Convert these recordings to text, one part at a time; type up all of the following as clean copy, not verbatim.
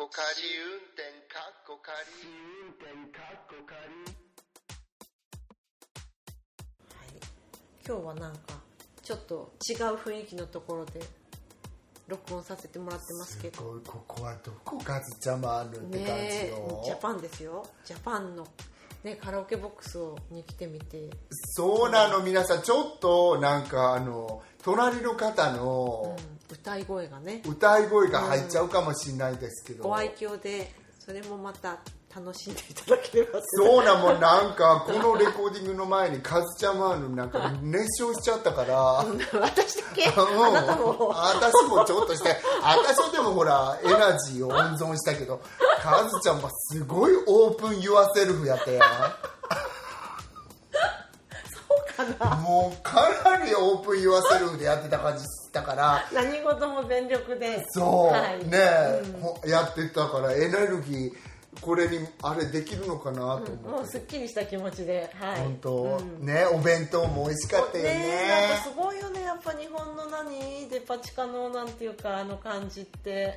こ仮運転かっこ仮運転かっこ仮。 はい、今日はなんかちょっと違う雰囲気のところで録音させてもらってますけど、 すごい、ここはどこかずちゃまあるって感じよ、 ジャパンですよ。ジャパンの、ね、カラオケボックスに来てみて、 そうなの、皆さんちょっとなんか隣の方の、 歌い声がね、 歌い声が入っちゃうかもしれないですけど、 ご愛嬌でそれもまた楽しんでいただければ。 そうなもん、なんかこのレコーディングの前にカズちゃんはなんか熱唱しちゃったから私だけ、あなたも。 私もちょっとして、私はでもほらエナジーを温存したけど、カズちゃんはすごいオープンユアセルフやったやん。 そうかな。 もうかなりオープンユアセルフでやってた感じしたから、 何事も全力で、 そう、 はいね、やってたからエネルギーこれにあれできるのかなと思って、 もうすっきりした気持ちで、はい、 本当、ね、お弁当も美味しかったよね。 なんかすごいよね、やっぱ日本のデパ地下のなんていうか、あの感じって。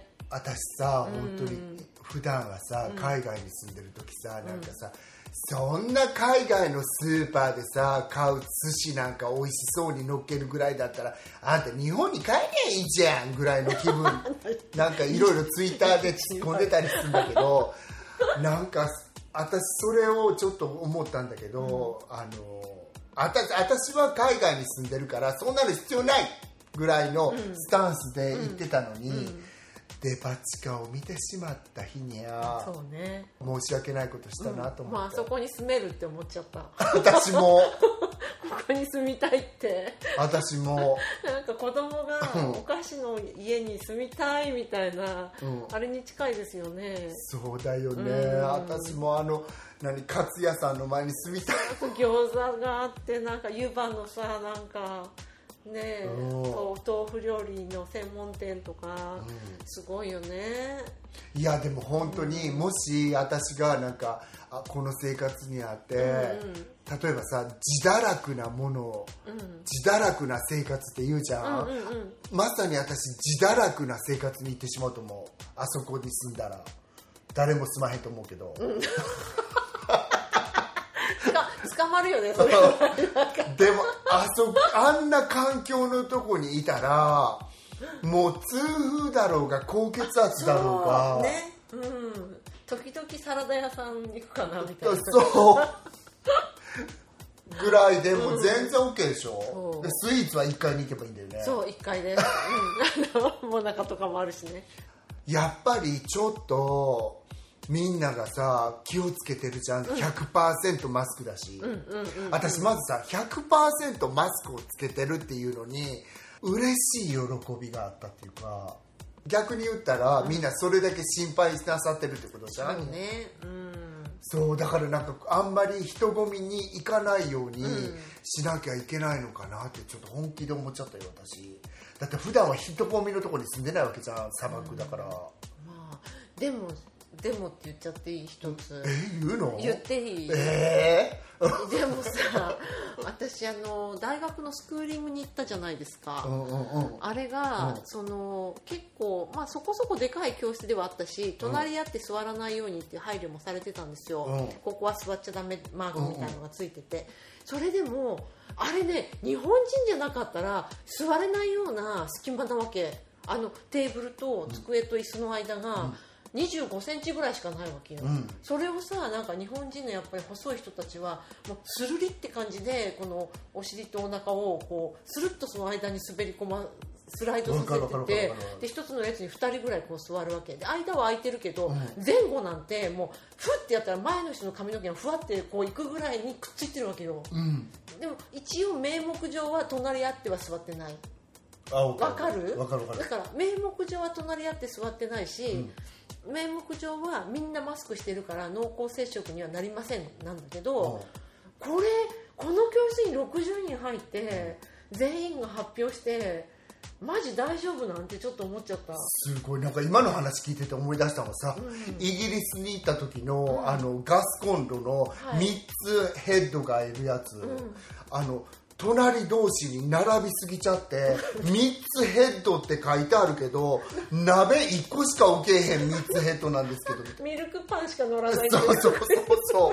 私さ、本当に普段はさ、海外に住んでる時さ、なんかさ、そんな海外のスーパーでさ買う寿司なんか美味しそうに乗っけるぐらいだったら、あんた日本に帰りゃいいじゃんぐらいの気分なんかいろいろツイッターで突っ込んでたりするんだけど、なんか私それをちょっと思ったんだけど、私は海外に住んでるからそんなの必要ないぐらいのスタンスで言ってたのに、デパ地下を見てしまった日には、 そうね、 申し訳ないことしたなと思って、 まあそこに住めるって思っちゃった。 私もここに住みたいって。 私もなんか子供がお菓子の家に住みたいみたいな、あれに近いですよね。 そうだよね、私もカツ屋さんの前に住みたい。 餃子があって、なんか湯葉のさ、なんかね、そう豆腐料理の専門店とか、すごいよね。 いやでも本当に、もし私がなんかこの生活にあって、例えばさ、自堕落なもの、自堕落な生活って言うじゃん、まさに私自堕落な生活に行ってしまうと思う。あそこに住んだら誰も住まへんと思うけど、 捕まるよねそれ。 でもあんな環境のとこにいたら、もう痛風だろうが高血圧だろうがね、時々サラダ屋さん行くかなみたいな、 そうぐらいでも全然 OK でしょ。でスイーツは1階に行けばいいんだよね。 そう、1階で、もなかとかもあるしね。 やっぱりちょっとみんながさ気をつけてるじゃん、100% マスクだし、私まずさ 100% マスクをつけてるっていうのに嬉しい喜びがあったっていうか、逆に言ったら、みんなそれだけ心配なさってるってことじゃん。 そうね、 そうだからなんかあんまり人混みに行かないようにしなきゃいけないのかなってちょっと本気で思っちゃったよ私。だって普段は人混みのところに住んでないわけじゃん、砂漠だから。 まあでもって言っちゃっていい？一つ言うの？ 言っていい？でもさ、私大学のスクーリングに行ったじゃないですか、あれが、結構、まあ、そこそこでかい教室ではあったし、隣り合って座らないようにっていう配慮もされてたんですよ、ここは座っちゃダメマークみたいなのがついてて、それでもあれね、日本人じゃなかったら座れないような隙間なわけ。テーブルと机と椅子の間が、25センチぐらいしかないわけよ、それをさ、なんか日本人のやっぱり細い人たちはもうスルリって感じで、このお尻とお腹をこうスルッとその間に滑り込スライドさせてて、で一つの列に2人ぐらいこう座るわけで、間は空いてるけど、前後なんてもうフッてやったら前の人の髪の毛がふわってこういくぐらいにくっついてるわけよ、でも一応名目上は隣り合っては座ってない。わかる？だから名目上は隣り合って座ってないし、名目上はみんなマスクしてるから濃厚接触にはなりませんなんだけど、この教室に60人入って全員が発表してマジ大丈夫なんてちょっと思っちゃった。すごい、なんか今の話聞いてて思い出したのがさ、イギリスに行った時の、ガスコンロの3つヘッドがいるやつ、 隣同士に並びすぎちゃって3つヘッドって書いてあるけど鍋1個しか置けへん3つヘッドなんですけどミルクパンしか乗らない。 そう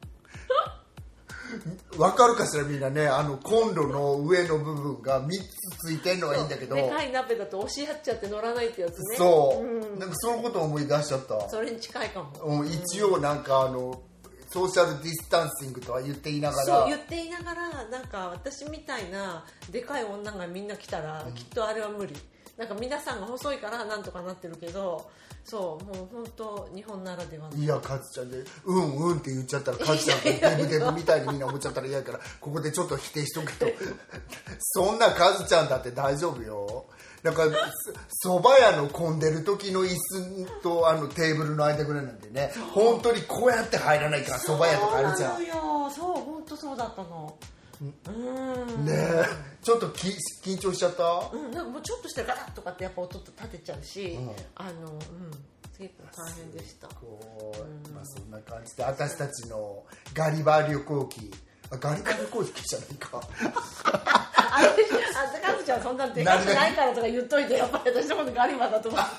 わかるかしらみんなね、コンロの上の部分が3つついてるのはいいんだけど、 でかい鍋だと押し合っちゃって乗らないってやつね。 そう、なんかそのことを思い出しちゃった。 それに近いかも。 一応なんかソーシャルディスタンシングとは言っていながら、 そう言っていながら、なんか私みたいなでかい女がみんな来たら、きっとあれは無理。なんか皆さんが細いからなんとかなってるけど、そうもう本当日本ならではの。 いやカズちゃんでうんって言っちゃったらカズちゃんがデブデブみたいにみんな思っちゃったら嫌やからここでちょっと否定しとくけどそんなカズちゃんだって大丈夫よ。なんか蕎麦屋の混んでる時の椅子とテーブルの間ぐらいなんでね、本当にこうやって入らないから蕎麦屋とかあるじゃん。 そう本当そうだったの。 ねえ、ちょっと緊張しちゃった。 なんかもうちょっとしたらガタッとかってやっぱ音立てちゃうし、結構大変でした。 まあそんな感じで私たちのガリバー旅行記、ガリバー旅行記じゃないか。 カズちゃんそんなでかくないからとか言っといて、やっぱり私のことガリバーだと思う。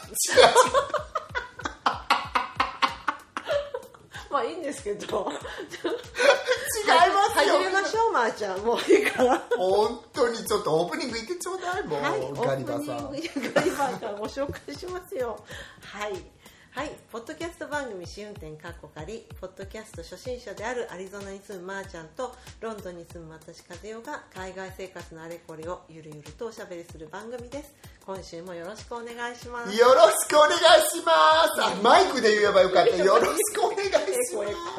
まあいいんですけど。 違いますよ。 始めましょう、まーちゃん。もういいから。 本当にちょっとオープニング行ってちょうだいもう、 はい、 ガリバーさん。 ガリバーからご紹介しますよ。はい、ポッドキャスト番組試運転カッコ仮、ポッドキャスト初心者であるアリゾナに住むまーちゃんとロンドンに住む私和代が海外生活のあれこれをゆるゆるとおしゃべりする番組です。今週もよろしくお願いします。 よろしくお願いします。マイクで言えばよかった。よろしくお願いします。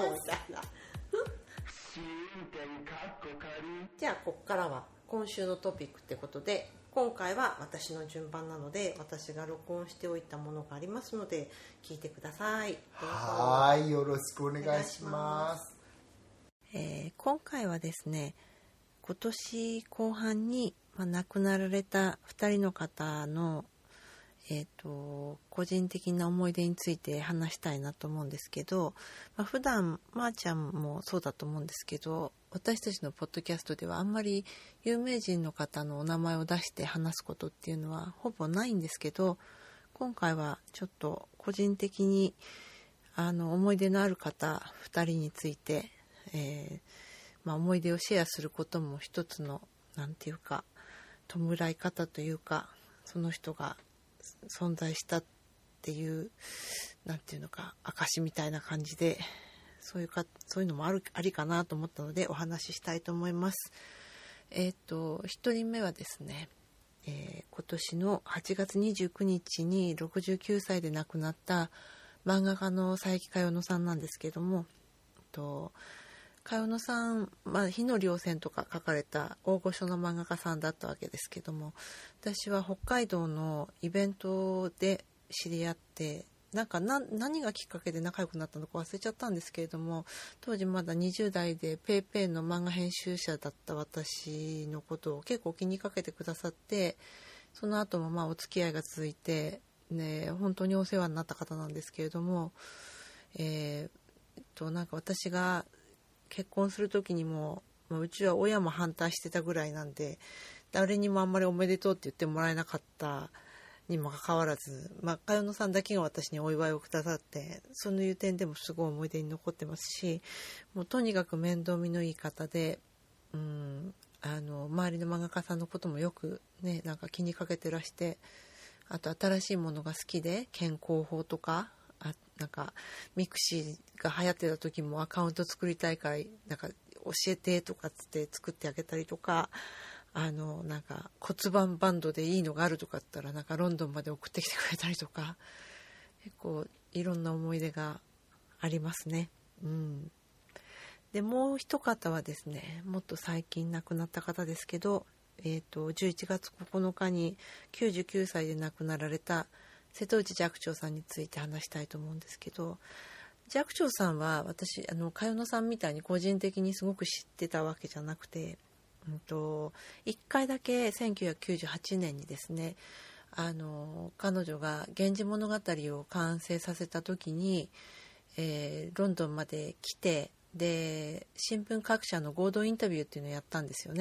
じゃあここからは今週のトピックってことで、今回は私の順番なので私が録音しておいたものがありますので聞いてください。 はい、よろしくお願いします。 今回はですね、今年後半に亡くなられた2人の方の、個人的な思い出について話したいなと思うんですけど、普段まーちゃんもそうだと思うんですけど、私たちのポッドキャストではあんまり有名人の方のお名前を出して話すことっていうのはほぼないんですけど、今回はちょっと個人的に思い出のある方2人について、思い出をシェアすることも一つのなんていうか弔い方というか、その人が存在したっていうなんていうのか証みたいな感じで、そういうのもありかなと思ったのでお話ししたいと思います。1人目はですね、今年の8月29日に69歳で亡くなった漫画家の佐伯香代乃さんなんですけども、香代乃さん、火の稜線とか書かれた大御所の漫画家さんだったわけですけども、私は北海道のイベントで知り合って、何がきっかけで仲良くなったのか忘れちゃったんですけれども、当時まだ20代でペーペーの漫画編集者だった私のことを結構気にかけてくださって、その後もお付き合いが続いて、本当にお世話になった方なんですけれども、私が結婚する時にも、うちは親も反対してたぐらいなんで、誰にもあんまりおめでとうって言ってもらえなかったにもかかわらず、香代乃さんだけが私にお祝いをくださって、そういう点でもすごい思い出に残ってますし、もうとにかく面倒見のいい方で、周りの漫画家さんのこともよくね、気にかけてらして、あと新しいものが好きで健康法とか、ミクシーが流行ってた時もアカウント作りたいから教えてとかつって作ってあげたりとか、骨盤バンドでいいのがあるとかって言ったらロンドンまで送ってきてくれたりとか、結構いろんな思い出がありますね。でもう一方はですね、もっと最近亡くなった方ですけど、11月9日に99歳で亡くなられた瀬戸内寂聴さんについて話したいと思うんですけど、寂聴さんは私香代乃さんみたいに個人的にすごく知ってたわけじゃなくて、1回だけ1998年にですね、彼女が源氏物語を完成させた時に、ロンドンまで来て、で新聞各社の合同インタビューっていうのをやったんですよね。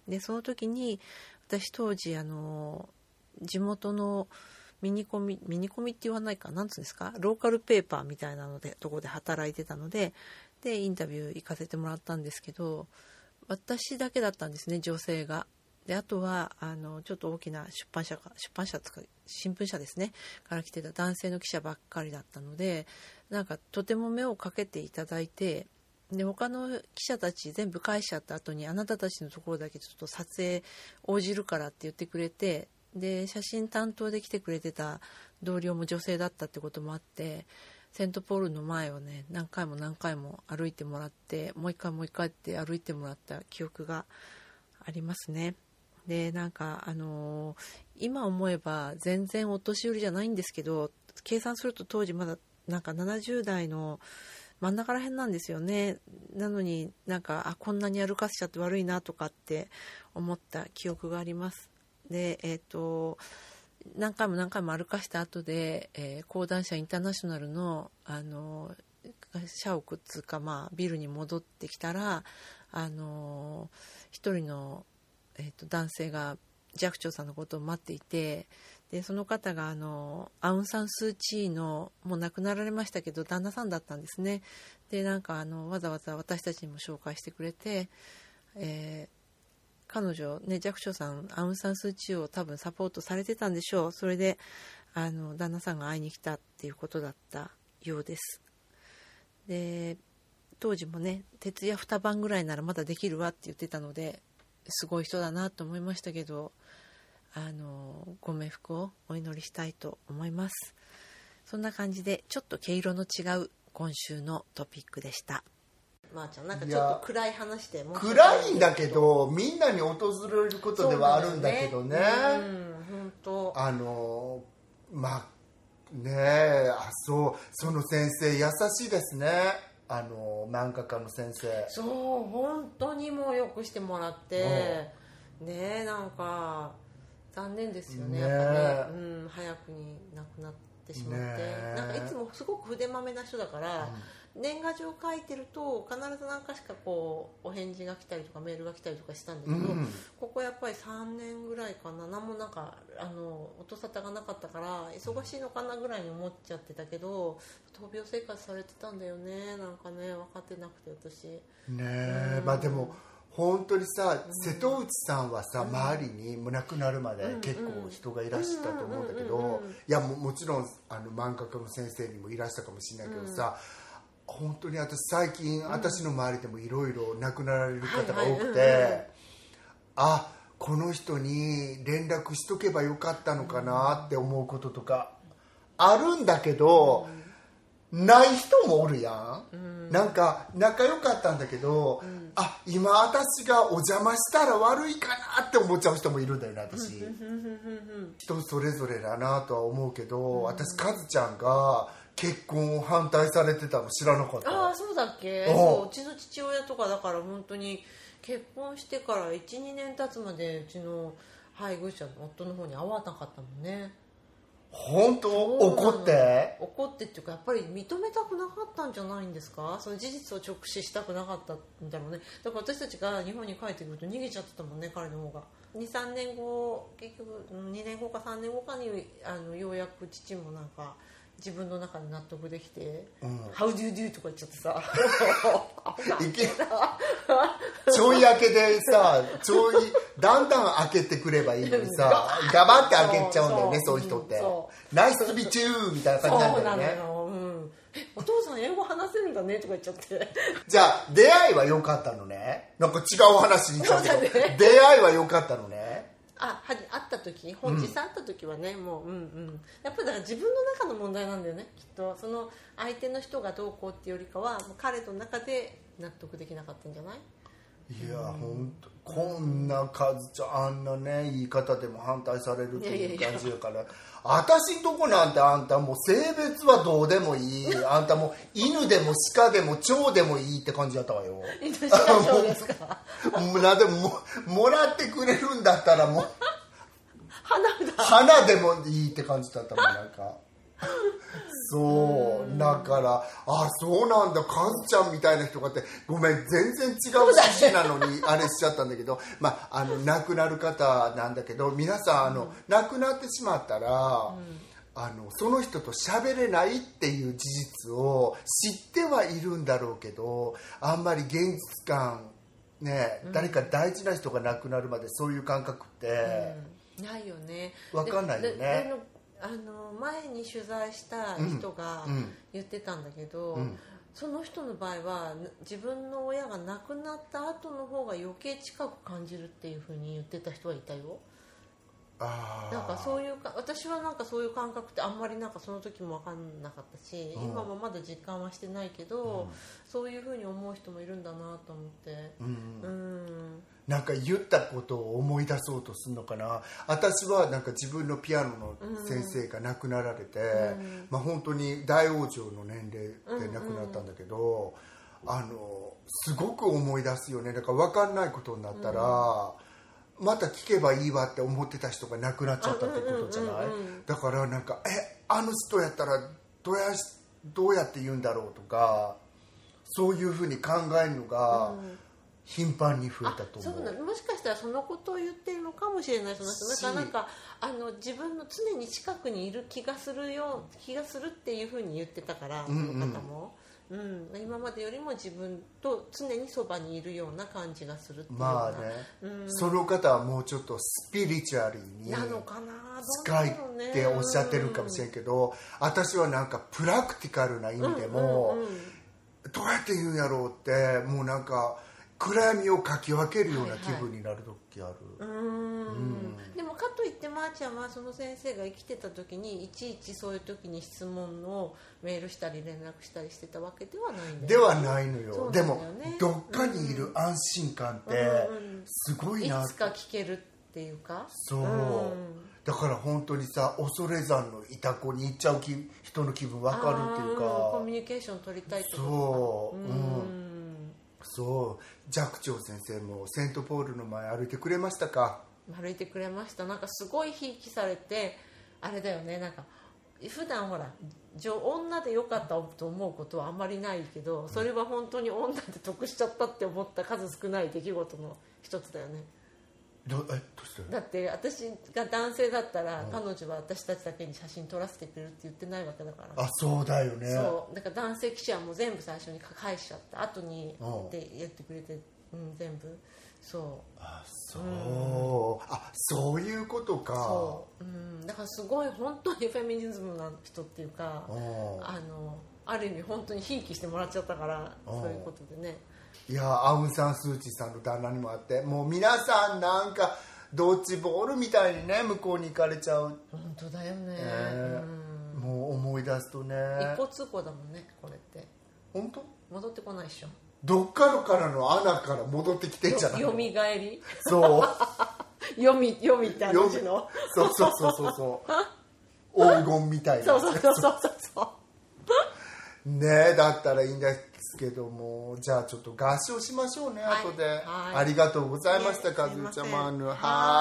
でその時に私当時地元のミニコミって言わないか、なんつうんですか、ローカルペーパーみたいなのでとこで働いてたので、インタビュー行かせてもらったんですけど、私だけだったんですね、女性が。であとはちょっと大きな出版社とか新聞社ですねから来てた男性の記者ばっかりだったので、なんかとても目をかけていただいて、で他の記者たち全部返しちゃった後に、あなたたちのところだけちょっと撮影応じるからって言ってくれて、で写真担当で来てくれてた同僚も女性だったってこともあって、セントポールの前をね何回も歩いてもらって、もう一回って歩いてもらった記憶がありますね。でなんか今思えば全然お年寄りじゃないんですけど、計算すると当時まだなんか70代の真ん中ら辺なんですよね。なのになんかこんなに歩かせちゃって悪いなとかって思った記憶があります。で何回も歩かした後で、講談社インターナショナルの社屋っつうか、ビルに戻ってきたら一人の男性が寂聴さんのことを待っていて、でその方がアウン・サン・スー・チーのもう亡くなられましたけど旦那さんだったんですね。でなんかわざわざ私たちにも紹介してくれて、彼女ね、寂聴さんアウン・サン・スー・チーを多分サポートされてたんでしょう。それで旦那さんが会いに来たっていうことだったようです。で当時もね徹夜2晩ぐらいならまだできるわって言ってたので、すごい人だなと思いましたけど、ご冥福をお祈りしたいと思います。そんな感じでちょっと毛色の違う今週のトピックでした。まーちゃんなんかちょっと暗い話で暗いんだけど、みんなに訪れることではあるんだけどね。 本当その先生優しいですね。漫画家の先生、 そう本当にもうよくしてもらってね、なんか残念ですよね、やっぱね、早くに亡くなってしまって、なんかいつもすごく筆まめな人だから、年賀状書いてると必ず何かしかこうお返事が来たりとかメールが来たりとかしたんだけど、ここやっぱり3年ぐらいかな、何もなんか音沙汰がなかったから忙しいのかなぐらいに思っちゃってたけど、闘病生活されてたんだよね。なんかね分かってなくて私ね。 でも本当にさ、瀬戸内さんはさ、周りに亡くなるまで結構人がいらっしゃったと思うんだけど、いや もちろん漫画家の先生にもいらっしゃったかもしれないけどさ、本当に最近、私の周りでもいろいろ亡くなられる方が多くて、この人に連絡しとけばよかったのかなって思うこととかあるんだけど、ない人もおるやん、なんか仲良かったんだけど、今私がお邪魔したら悪いかなって思っちゃう人もいるんだよね、私人それぞれだなとは思うけど、私カズちゃんが結婚を反対されてたの知らなかった。 そうだっけ。そう、うちの父親とかだから本当に結婚してから 1,2 年経つまでうちの配偶者の夫の方に会わなかったもんね。 本当？怒ってっていうか、やっぱり認めたくなかったんじゃないんですか。その事実を直視したくなかったんだろうね。だから私たちが日本に帰ってくると逃げちゃってたもんね、彼の方が。 2,3 年後、結局2年後か3年後かにようやく父もなんか自分の中で納得できて、How do you do とか言っちゃってさちょい開けでさ、だんだん開けてくればいいのにさ、ガバって開けちゃうんだよね、そういう人って。ナイスビチューみたいな感じなんだよね。 お父さん英語話せるんだねとか言っちゃって。 じゃあ出会いは良かったのね。なんか違う話に行っちゃうけど、出会いは良かったのね。 会った時、実際会った時はね、もうやっぱりだから自分の中の問題なんだよね、きっと。その相手の人がどうこうっていうよりかは、彼の中で納得できなかったんじゃない？ いや、本当こんな数ちゃん、あんなね言い方でも反対されるという感じだから、私んとこなんてあんたもう性別はどうでもいい、あんたもう犬でも鹿でも蝶でもいいって感じだったわよ。 犬鹿蝶ですか？ でも もらってくれるんだったらもう花花でもいいって感じだったもん。なんかそうだからそうなんだカズちゃんみたいな人がってごめん全然違う趣旨なのにあれしちゃったんだけど亡くなる方なんだけど皆さん亡くなってしまったら、その人と喋れないっていう事実を知ってはいるんだろうけどあんまり現実感ね、誰か大事な人が亡くなるまでそういう感覚って、 ないよね分かんないよね。 前に取材した人が言ってたんだけど、その人の場合は自分の親が亡くなった後の方が余計近く感じるっていう風に言ってた人はいたよ。なんかそういう私はなんかそういう感覚ってあんまりなんかその時も分かんなかったし、今もまだ実感はしてないけど、そういう風に思う人もいるんだなと思って、 なんか言ったことを思い出そうとするのかな。私はなんか自分のピアノの先生が亡くなられて、本当に大往生の年齢で亡くなったんだけど、すごく思い出すよね。だから分かんないことになったら、また聞けばいいわって思ってた人が亡くなっちゃったってことじゃない。だからなんかあの人やったらどうやって言うんだろうとかそういうふうに考えるのが頻繁に増えたと思う。 そうもしかしたらそのことを言ってるのかもしれない。その人なんか自分の常に近くにいる気がするっていうふうに言ってたから、その方も。今までよりも自分と常にそばにいるような感じがするっていうような、 その方はもうちょっとスピリチュアルに近いっておっしゃってるかもしれんけど、私はなんかプラクティカルな意味でも、どうやって言うんやろうってもうなんか暗闇をかき分けるような気分になる時ある。でもかといってまーちゃんはその先生が生きてた時にいちいちそういう時に質問をメールしたり連絡したりしてたわけではないんだよね。 ではないのよ。でもどっかにいる安心感ってすごいな。 いつか聞けるっていうか。 そう、だから本当にさ恐山のいた子に行っちゃう人の気分分かるっていうか、 コミュニケーション取りたいってことか。 そう寂聴先生もセントポールの前歩いてくれましたか？ 歩いてくれました。なんかすごいひいきされてあれだよね。なんか普段ほら女でよかったと思うことはあんまりないけど、それは本当に女で得しちゃったって思った数少ない出来事の一つだよね。 どうしてだって私が男性だったら、彼女は私たちだけに写真撮らせてくれるって言ってないわけだから。 そうだよね。 そうだから男性記者はもう全部最初に返しちゃった後にって言ってくれて、全部そうそういうことか。そう、 だからすごい本当にフェミニズムな人っていうか、ある意味本当にひいきしてもらっちゃったから、そういうことでね。 いやアウン・サン・スー・チーさんの旦那にもあって、もう皆さんなんかドッジボールみたいにね向こうに行かれちゃう。 本当だよね、 もう思い出すとね一方通行だもんねこれって。 本当戻ってこないっしょ。 どっかのからの穴から戻ってきてんじゃないの。 よみがえり。 そう読みってあの字のそう黄金みたいな。そうねえだったらいいんですけども、じゃあちょっと合唱しましょうね、後で。ありがとうございました、カズーちゃまぬ。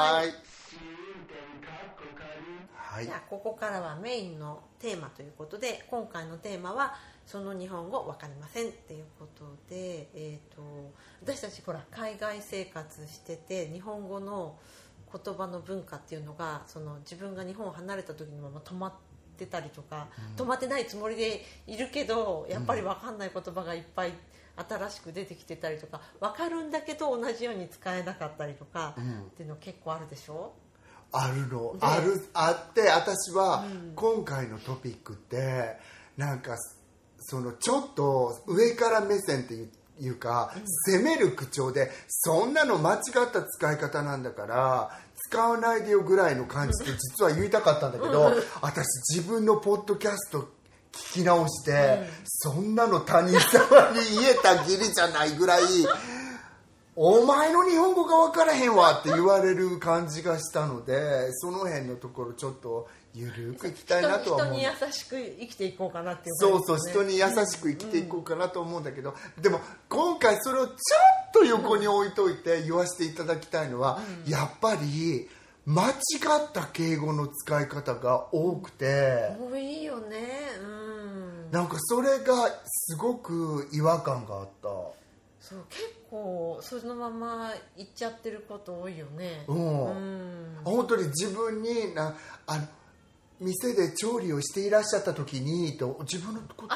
じゃあここからはメインのテーマということで、今回のテーマはその日本語わかりませんっていうことで、私たちほら海外生活してて日本語の言葉の文化っていうのがその自分が日本を離れた時にも止まってたりとか、止まってないつもりでいるけどやっぱり分かんない言葉がいっぱい新しく出てきてたりとか、分かるんだけど同じように使えなかったりとかっていうの結構あるでしょ。 あって私は今回のトピックってなんかそのちょっと上から目線っていうか、責める口調でそんなの間違った使い方なんだから使わないでよぐらいの感じで実は言いたかったんだけど私自分のポッドキャスト聞き直して、そんなの他人様に言えたぎりじゃないぐらいお前の日本語が分からへんわって言われる感じがしたので、その辺のところちょっとゆるくいきたいなとは思う。 人に優しく生きていこうかなっていう、 そう人に優しく生きていこうかなと思うんだけど、でも今回それをちょっと横に置いといて言わせていただきたいのは、やっぱり間違った敬語の使い方が多くて、 多いよね。 なんかそれがすごく違和感があった。 そう結構そのまま言っちゃってること多いよね。 本当に自分に店で調理をしていらっしゃった時にと自分のこと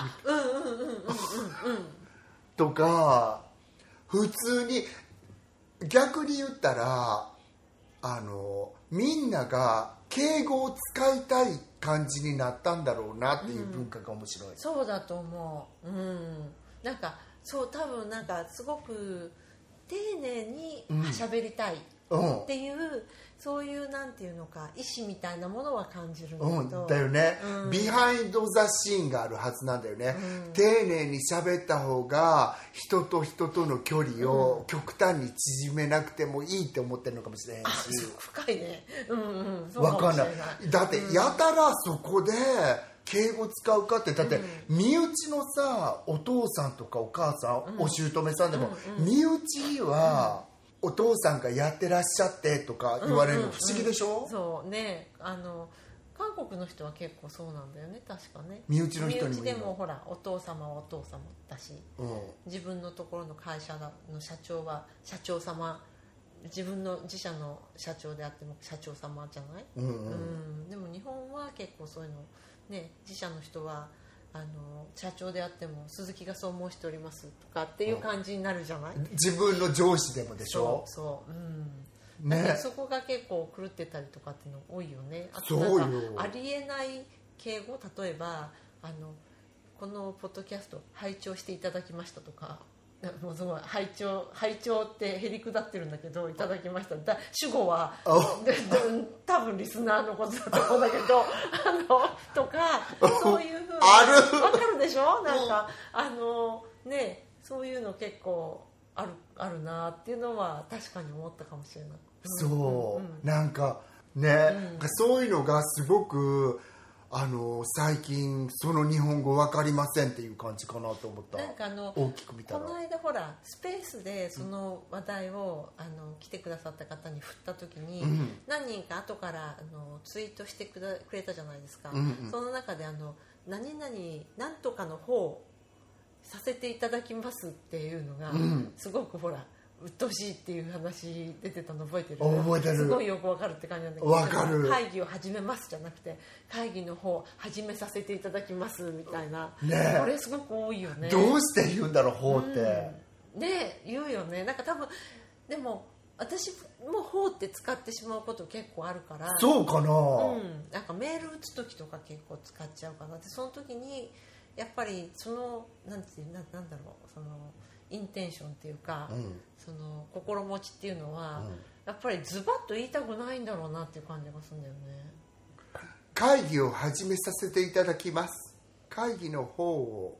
とか、普通に逆に言ったらみんなが敬語を使いたい感じになったんだろうなっていう文化が面白い。 そうだと思う。なんかそう多分なんかすごく丁寧に喋りたいっていう、そういうなんていうのか意思みたいなものは感じるんだけど、 だよね、ビハインドザシーンがあるはずなんだよね、丁寧に喋った方が人と人との距離を極端に縮めなくてもいいって思ってるのかもしれないし、 深いね。 分かんない。だってやたらそこで敬語使うかって、だって身内のさお父さんとかお母さん、お姑さんでも、身内はお父さんがやってらっしゃってとか言われるの不思議でしょ。 そうね、韓国の人は結構そうなんだよね、確かね。 身内の人にもいいの。 身内でもほらお父様はお父様だし、自分のところの会社の社長は社長様、自分の自社の社長であっても社長様じゃない。でも日本は結構そういうのね、自社の人は社長であっても鈴木がそう申しておりますとかっていう感じになるじゃない。 自分の上司でもでしょ。 そうね、そこが結構狂ってたりとかっていうの多いよね。あとなんかありえない敬語、例えばこのポッドキャスト拝聴していただきましたとか、もうすごい拝聴ってへりくだってるんだけど、いただきました主語は多分リスナーのことだと思うんだけどとか、そういう風に分かるでしょ。なんかね、そういうの結構あるなっていうのは確かに思ったかもしれない。 なんかね、そういうのがすごく最近その日本語分かりませんっていう感じかなと思った。 なんか大きく見たらこの間ほらスペースでその話題を来てくださった方に振った時に、何人か後からツイートしてくれたじゃないですか。その中で何々なんとかの方させていただきますっていうのが、すごくほら鬱陶しいっていう話出てたの覚えてる？ 覚えてる。すごいよくわかるって感じなんだけど、 わかる。 会議を始めますじゃなくて会議の方始めさせていただきますみたいな、これすごく多いよね。 どうして言うんだろう方って、 ね、言うよね。なんか多分でも私も方って使ってしまうこと結構あるから。 そうかな、 なんかメール打つ時とか結構使っちゃうかなって。その時にやっぱりそのなんだろう、そのインテンションっていうか、その心持ちっていうのは、やっぱりズバッと言いたくないんだろうなっていう感じがするんだよね。 会議を始めさせていただきます。会議の方を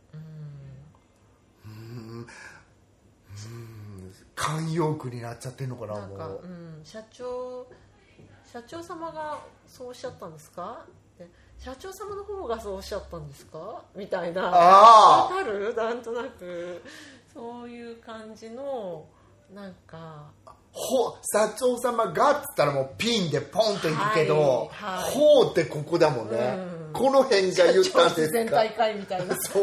慣用句になっちゃってるのかな。 なんか、社長様がそうおっしゃったんですか、社長様の方がそうおっしゃったんですかみたいな。わかる？なんとなくそういう感じのなんか社長様がっつったらもうピンでポンといくけど、ほうってここだもんね、この辺が言ったんですか。 全体会みたいな。そう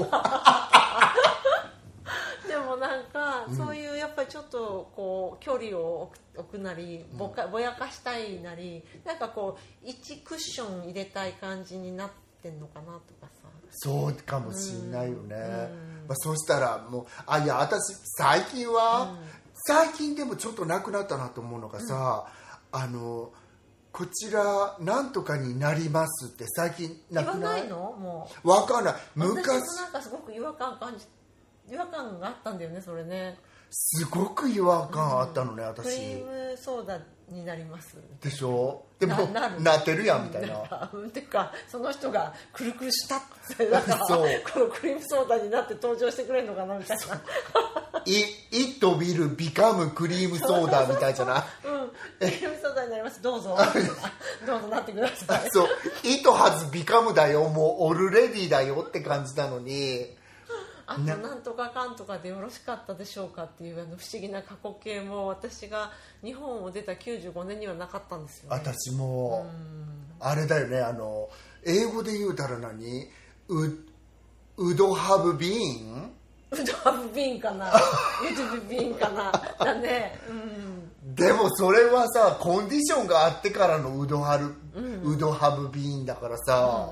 でもなんか、そういうやっぱりちょっとこう距離を置くなり、ぼやかしたいなり、なんかこう1クッション入れたい感じになってんのかなとかさ。 そうかもしんないよね。そうしたらもういや私最近でもちょっとなくなったなと思うのがさ、こちらなんとかになりますって最近なくない？ 言わないの？もう分かんない。昔私もなんかすごく違和感があったんだよね、それね。 すごく違和感あったのね、私。 クリームソーダになりますでしょ。でもなってるやんみたいな。 っていうかその人がくるくるしたってだからこのクリームソーダになって登場してくれるのかなみたいな。 It will become クリームソーダみたいじゃない？ クリームソーダになります。どうぞどうぞなってください。 そう、It has become だよ、もうオルレディだよって感じなのに。 あとなんとかかんとかでよろしかったでしょうかっていう不思議な過去形も私が日本を出た95年にはなかったんですよね。 私もあれだよね、英語で言うたら何、ウドハブビーン、 ウドハブビーンかなウドハブビーンかなだね、 でもそれはさコンディションがあってからのウドハブビーンだからさ、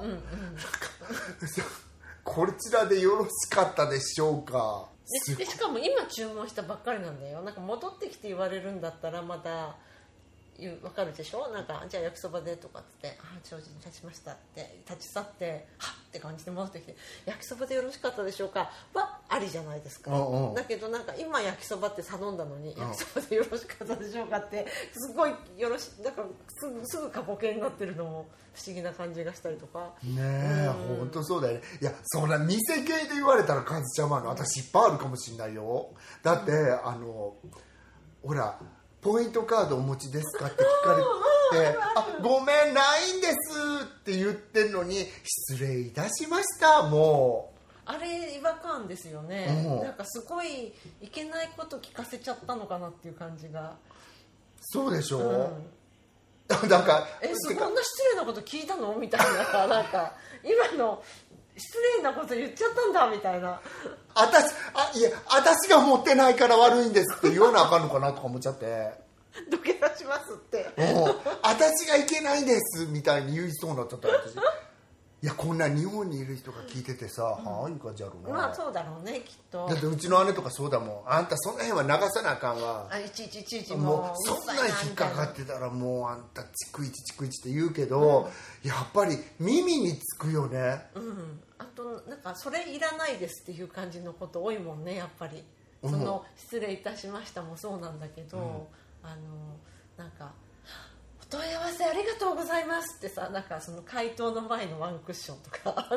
こちらでよろしかったでしょうか。 でしかも今注文したばっかりなんだよ。なんか戻ってきて言われるんだったらまだ分かるでしょ。なんかじゃあ焼きそばでとかって承知に立ちましたって立ち去ってはっって感じで戻ってきて焼きそばでよろしかったでしょうかはありじゃないですか。だけどなんか今焼きそばって頼んだのに焼きそばでよろしかったでしょうかってすごいだからすぐ過去形になってるのも不思議な感じがしたりとかねえ、本当そうだよね。いやそんな店系で言われたらカズちゃんは私いっぱいあるかもしれないよ。だってほらポイントカードお持ちですかって聞かれてごめんないんですって言ってるのに失礼いたしましたもうあれ違和感ですよね。なんかすごいいけないこと聞かせちゃったのかなっていう感じが。 そうでしょ、なんかそんな失礼なこと聞いたのみたいななんか今の失礼なこと言っちゃったんだみたいな。いや私が持ってないから悪いんですって言わなあかんのかなとか思っちゃって土下座しますって私がいけないんですみたいに言いそうになっちゃった私。いやこんな日本にいる人が聞いててさ、はあいう感じやろうな。 まあそうだろうねきっと。 だってうちの姉とかそうだもん。あんたその辺は流さなあかんわ。 いちいちもうそんなに引っかかってたらもうあんた逐一って言うけど、やっぱり耳につくよね。 あとなんかそれいらないですっていう感じのこと多いもんねやっぱり。その失礼いたしましたもそうなんだけど、なんかお問い合わせありがとうございますってさ、なんかその回答の前のワンクッションとか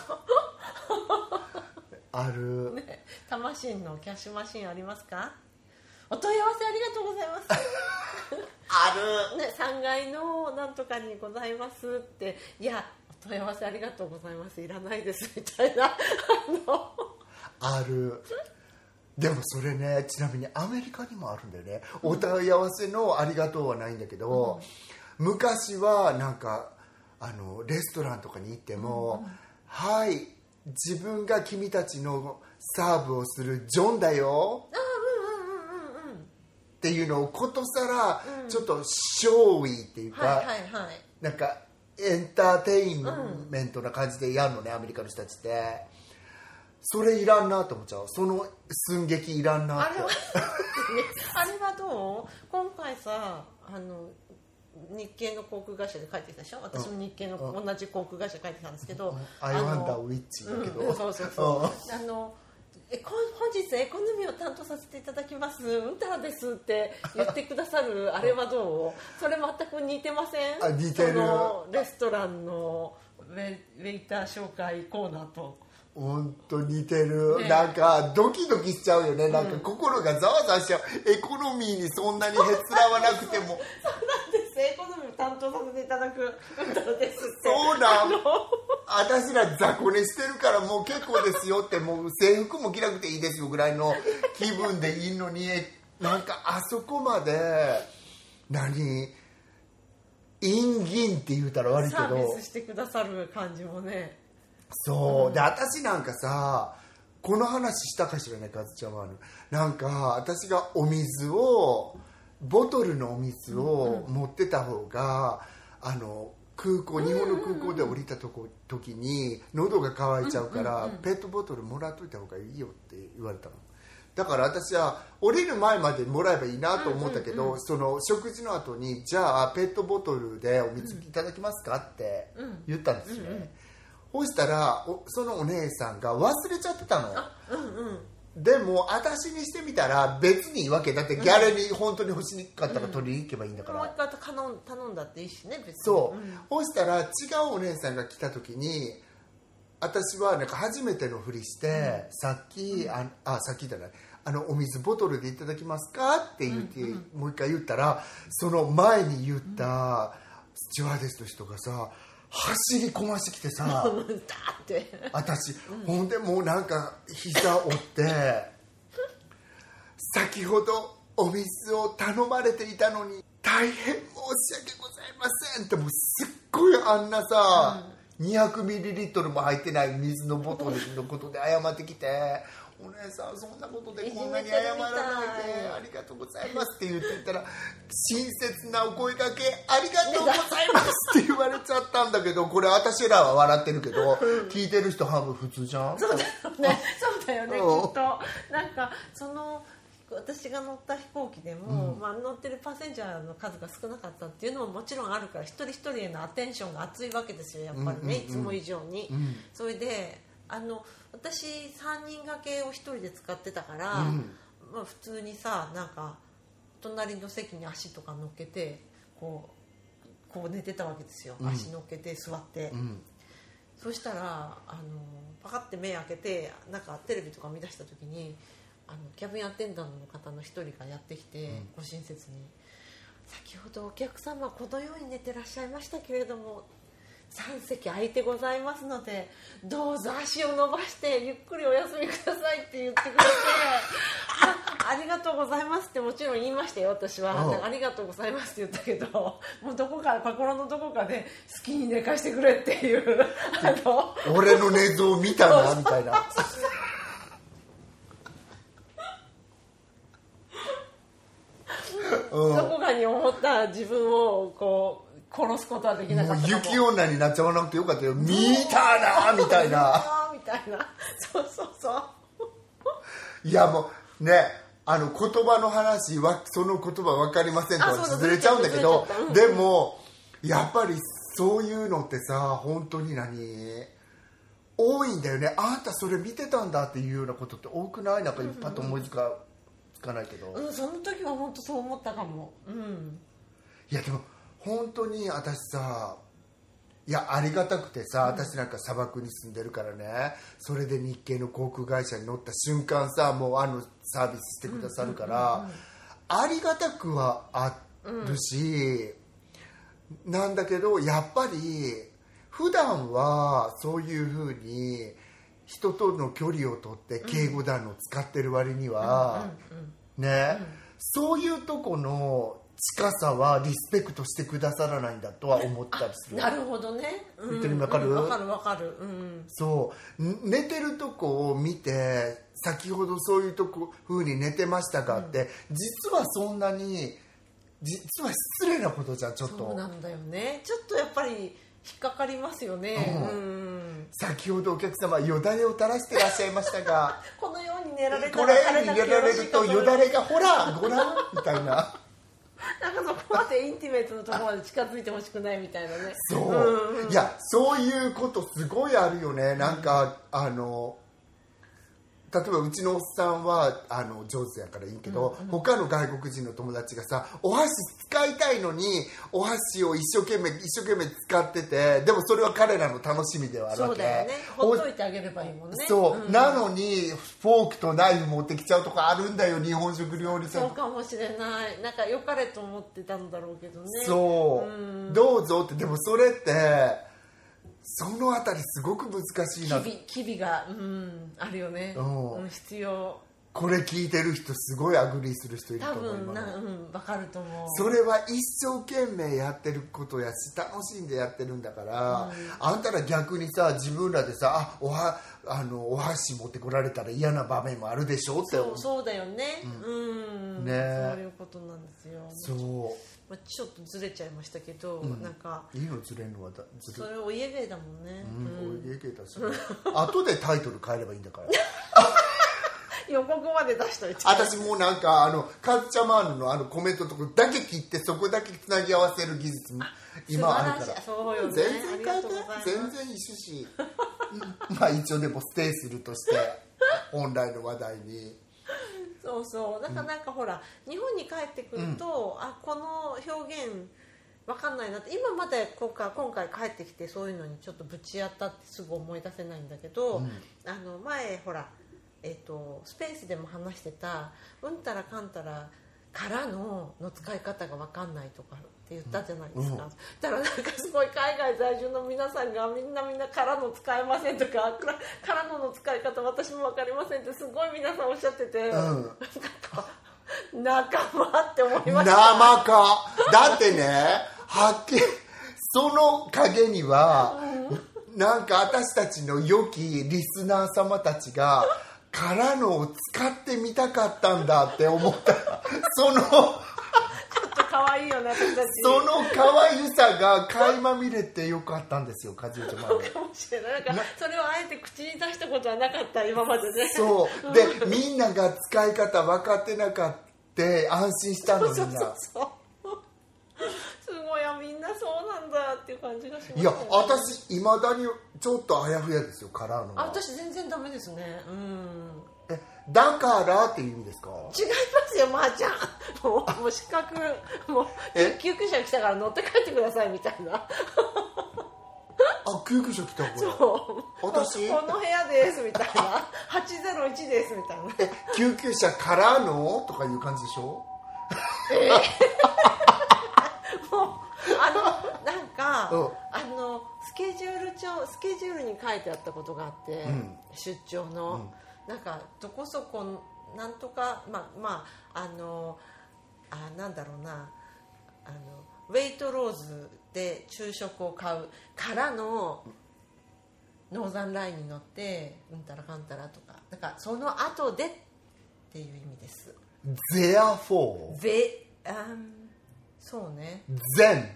ある、 ね、タマシンのキャッシュマシンありますか、お問い合わせありがとうございますある、 ね、3階のなんとかにございますって、いやお問い合わせありがとうございますいらないですみたいなある。でもそれね、ちなみにアメリカにもあるんだよね、お問い合わせのありがとうはないんだけど、昔はなんかレストランとかに行っても、はい自分が君たちのサーブをするジョンだよっていうのをことさらちょっとショーウィーっていうか、なんかエンターテインメントな感じでやるのね、アメリカの人たちって。それいらんなと思っちゃう。その寸劇いらんなってあれはどう？今回さ日系の航空会社で帰ってきたでしょ。私も日系の同じ航空会社で帰ってきたんですけど、 I wonder which だけど、 そう本日エコノミーを担当させていただきますうんたらですって言ってくださるあれはどう？それ全く似てません？ 似てる。 そのレストランのウェイター紹介コーナーと本当似てる、ね、なんかドキドキしちゃうよね、なんか心がざわざわしちゃう。エコノミーにそんなにへつらわなくてもそうなんです、エコノミーを担当させていただくうんたらですって。 そうなん私ら雑魚寝してるからもう結構ですよって、もう制服も着なくていいですよぐらいの気分でいいのになんかあそこまで陰銀って言うたら悪いけどサービスしてくださる感じもね。 そうで、私なんかさこの話したかしらね、カズちゃんはなんか私がボトルのお水を持ってた方が空港、日本の空港で降りた時に喉が渇いちゃうから、ペットボトルもらっといた方がいいよって言われたの。だから私は降りる前までもらえばいいなと思ったけど、その食事の後にじゃあペットボトルでお水いただきますかって言ったんですよね。そうしたらそのお姉さんが忘れちゃってたの。でも私にしてみたら別にいいわけだって、ギャラに本当に欲しかったら取りに行けばいいんだから、 もう一回頼んだっていいしね別に。 そうしたら違うお姉さんが来た時に私はなんか初めてのふりして、さっきじゃないお水ボトルでいただきますかって言って、もう一回言ったらその前に言ったスチュワーデスの人がさ、 走り込ましてきてさだって私、ほんでもうなんか膝折って先ほどお水を頼まれていたのに大変申し訳ございませんって、もうすっごいあんなさ、200ミリリットルも入ってない水のボトルのことで謝ってきてお姉さんそんなことでこんなに謝らないでありがとうございますって言ってたら親切なお声掛けありがとうございますって言われちゃったんだけど、これ私らは笑ってるけど聞いてる人半分普通じゃん。 そうだよね、そうだよね、きっとなんかその私が乗った飛行機でも、乗ってるパッセンジャーの数が少なかったっていうのももちろんあるから一人一人へのアテンションが熱いわけですよやっぱりね、いつも以上に、それで私3人掛けを1人で使ってたから、普通にさなんか隣の席に足とか乗っけてこう寝てたわけですよ、足乗っけて座って、そしたらパカッて目開けてなんかテレビとか見出した時にキャビンアテンダントの方の1人がやってきて、ご親切に先ほどお客様このように寝てらっしゃいましたけれども3席空いてございますのでどうぞ足を伸ばしてゆっくりお休みくださいって言ってくれてありがとうございますってもちろん言いましたよ私は、ありがとうございますって言ったけどもうどこか心のどこかで好きに寝かしてくれっていう俺の寝相見たなみたいなどこかに思った自分をこう殺すことはできなかったかも。 もう雪女になっちゃわなくてよかったよ。見たなみたいなみたいな。そうそうそういやもうね言葉の話はその言葉分かりませんとはずれちゃうんだけど、でもやっぱりそういうのってさ本当に多いんだよね。あんたそれ見てたんだっていうようなことって多くない？なんかパッと思いつかないけど、 その時は本当そう思ったかも、 いやでも本当に私さいやありがたくてさ、私なんか砂漠に住んでるからね、それで日系の航空会社に乗った瞬間さもうサービスしてくださるから、ありがたくはあるし、なんだけどやっぱり普段はそういうふうに人との距離を取って敬語だのを使ってる割にはね、そういうとこの近さはリスペクトしてくださらないんだとは思ったりする。 なるほどね、 言ってるの分かる？ 分かる、 そう寝てるとこを見て先ほどそういうとこ風に寝てましたかって、実はそんなに実は失礼なことじゃん。ちょっとそうなんだよね。ちょっとやっぱり引っかかりますよね、 先ほどお客様よだれを垂らしてらっしゃいましたがこのように寝られたこられに寝られるとよだれがほらご覧みたいななんかそこまでインティメートのところまで近づいてほしくないみたいなね。 そう、いやそういうことすごいあるよね。なんか例えばうちのおっさんは上手やからいいけど、他の外国人の友達がさお箸使いたいのにお箸を一生懸命使ってて、でもそれは彼らの楽しみではあるわけ。 そうだよね、ほっといてあげればいいもんね。 そう、なのにフォークとナイフ持ってきちゃうとかあるんだよ日本食料理さん。 そうかもしれない。なんか良かれと思ってたんだろうけどね。 そう、どうぞって。でもそれってそのあたりすごく難しいな。 機微が、あるよね、必要。これ聞いてる人すごいアグリーする人いると思う。 多分分かると思う。 それは一生懸命やってることやし楽しんでやってるんだから、あんたら逆にさ自分らでさお箸持ってこられたら嫌な場面もあるでしょって。 そうだよね、 ね、 そういうことなんですよ。 そう、 ちょっとずれちゃいましたけど、なんかいいのずれるのはそれお家芸だもんね、 お家芸だし後でタイトル変えればいいんだから予告まで出しといて。 私もうなんかカルチャーマーヌのコメントとかだけ切ってそこだけつなぎ合わせる技術今あるから、 そうよね、 全然変えて全然一緒しまあ一応でもステイするとして本来の話題にそうだからなんかほら、日本に帰ってくると、この表現分かんないなって。今まで今回帰ってきてそういうのにちょっとぶち当たってすぐ思い出せないんだけど、前ほらスペースでも話してたうんたらかんたらからの使い方が分かんないとかって言ったじゃないですか、だからなんかすごい海外在住の皆さんがみんなからの使えませんとか、からの使い方私も分かりませんってすごい皆さんおっしゃってて、仲間って思いました。 生かだってね、はっきりその陰には、なんか私たちの良きリスナー様たちがからのを使ってみたかったんだって思ったそのちょっと可愛いよね、私たち。 その可愛さが垣間見れてよかったんですよ、和代ちゃん。 そうかもしれない。なんかそれをあえて口に出したことはなかった、今までね。 そうで、みんなが使い方分かってなかった安心したの。みんなそうすごい、みんなそうなんだっていう感じがします、ね。 いや、私いまだにちょっとあやふやですよ、からの。 私全然ダメですね。 だからっていう意味ですか？ 違いますよ、まーちゃん。もう資格、もう救急車来たから乗って帰ってくださいみたいな。 あ、救急車来た。 そう私この部屋ですみたいな、801ですみたいな。 救急車からのとかいう感じでしょ？ もうなんか、スケジュールに書いてあったことがあって、出張の、なんかどこそこなんとか、なんだろうな、ウェイトローズで昼食を買うからのノーザンラインに乗ってうんたらかんたらとか、なんかその後でっていう意味です。 Therefore そうね、 全